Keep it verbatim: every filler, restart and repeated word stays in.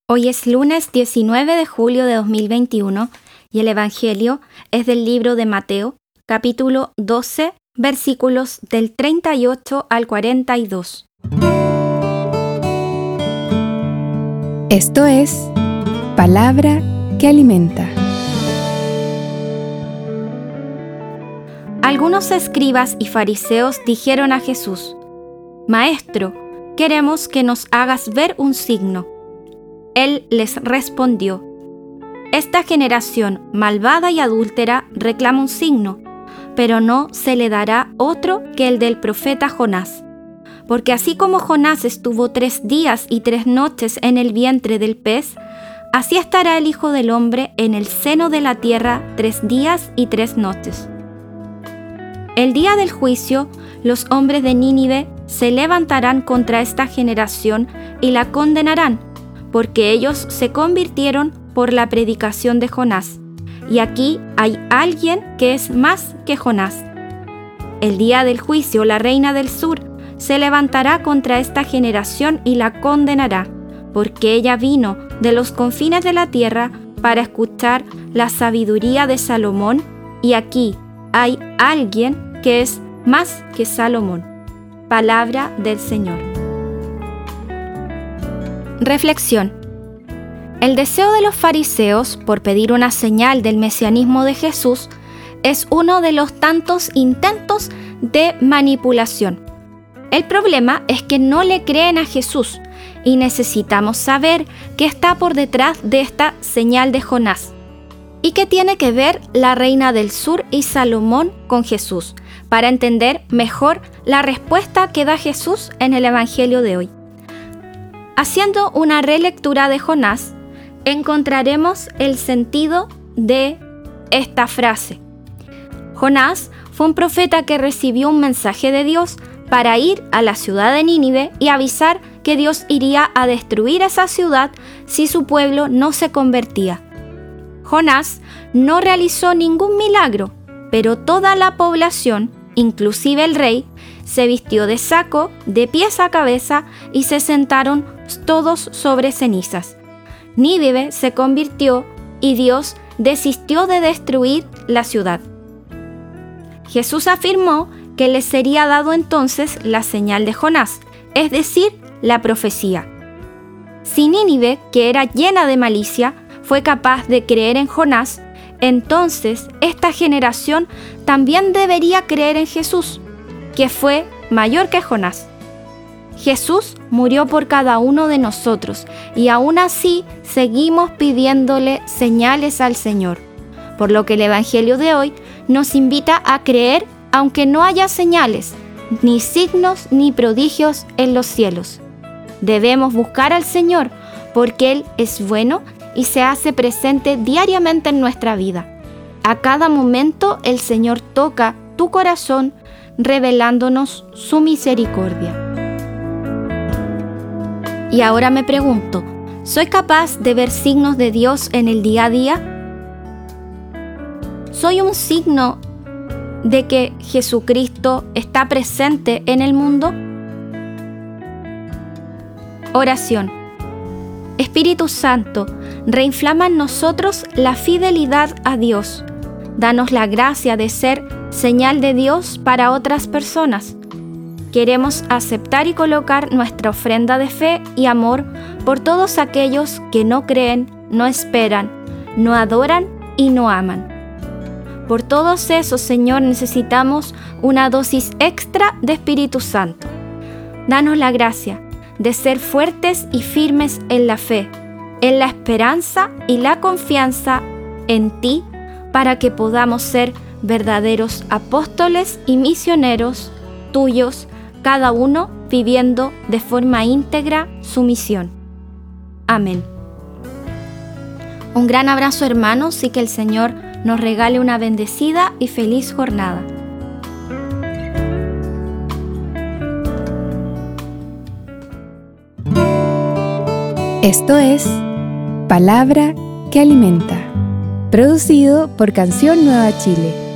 Hoy es lunes diecinueve de julio de dos mil veintiuno y el Evangelio es del libro de Mateo, capítulo doce, versículos del treinta y ocho al cuarenta y dos. Esto es Palabra que Alimenta. Algunos escribas y fariseos dijeron a Jesús: Maestro, queremos que nos hagas ver un signo. Él les respondió: Esta generación malvada y adúltera reclama un signo, pero no se le dará otro que el del profeta Jonás. Porque así como Jonás estuvo tres días y tres noches en el vientre del pez, así estará el Hijo del Hombre en el seno de la tierra tres días y tres noches. El día del juicio, los hombres de Nínive se levantarán contra esta generación y la condenarán, porque ellos se convirtieron por la predicación de Jonás. Y aquí hay alguien que es más que Jonás. El día del juicio, la reina del sur se levantará contra esta generación y la condenará, porque ella vino de los confines de la tierra para escuchar la sabiduría de Salomón, y aquí hay alguien que es más que Salomón. Palabra del Señor. Reflexión. El deseo de los fariseos por pedir una señal del mesianismo de Jesús es uno de los tantos intentos de manipulación. El problema es que no le creen a Jesús y necesitamos saber qué está por detrás de esta señal de Jonás. ¿Y qué tiene que ver la reina del sur y Salomón con Jesús? Para entender mejor la respuesta que da Jesús en el Evangelio de hoy. Haciendo una relectura de Jonás, encontraremos el sentido de esta frase. Jonás fue un profeta que recibió un mensaje de Dios para ir a la ciudad de Nínive y avisar que Dios iría a destruir esa ciudad si su pueblo no se convertía. Jonás no realizó ningún milagro, pero toda la población, inclusive el rey, se vistió de saco, de pies a cabeza, y se sentaron todos sobre cenizas. Nínive se convirtió y Dios desistió de destruir la ciudad. Jesús afirmó que les sería dado entonces la señal de Jonás, es decir, la profecía. Si Nínive, que era llena de malicia, fue capaz de creer en Jonás, entonces esta generación también debería creer en Jesús, que fue mayor que Jonás. Jesús murió por cada uno de nosotros y aún así seguimos pidiéndole señales al Señor, por lo que el Evangelio de hoy nos invita a creer aunque no haya señales, ni signos ni prodigios en los cielos. Debemos buscar al Señor porque Él es bueno y se hace presente diariamente en nuestra vida. A cada momento el Señor toca tu corazón revelándonos su misericordia. Y ahora me pregunto, ¿soy capaz de ver signos de Dios en el día a día? ¿Soy un signo de que Jesucristo está presente en el mundo? Oración. Espíritu Santo, reinflama en nosotros la fidelidad a Dios. Danos la gracia de ser señal de Dios para otras personas. Queremos aceptar y colocar nuestra ofrenda de fe y amor por todos aquellos que no creen, no esperan, no adoran y no aman. Por todos esos, Señor, necesitamos una dosis extra de Espíritu Santo. Danos la gracia de ser fuertes y firmes en la fe, en la esperanza y la confianza en ti, para que podamos ser verdaderos apóstoles y misioneros tuyos, cada uno viviendo de forma íntegra su misión. Amén. Un gran abrazo, hermanos, y que el Señor nos regale una bendecida y feliz jornada. Esto es Palabra que Alimenta, producido por Canción Nueva Chile.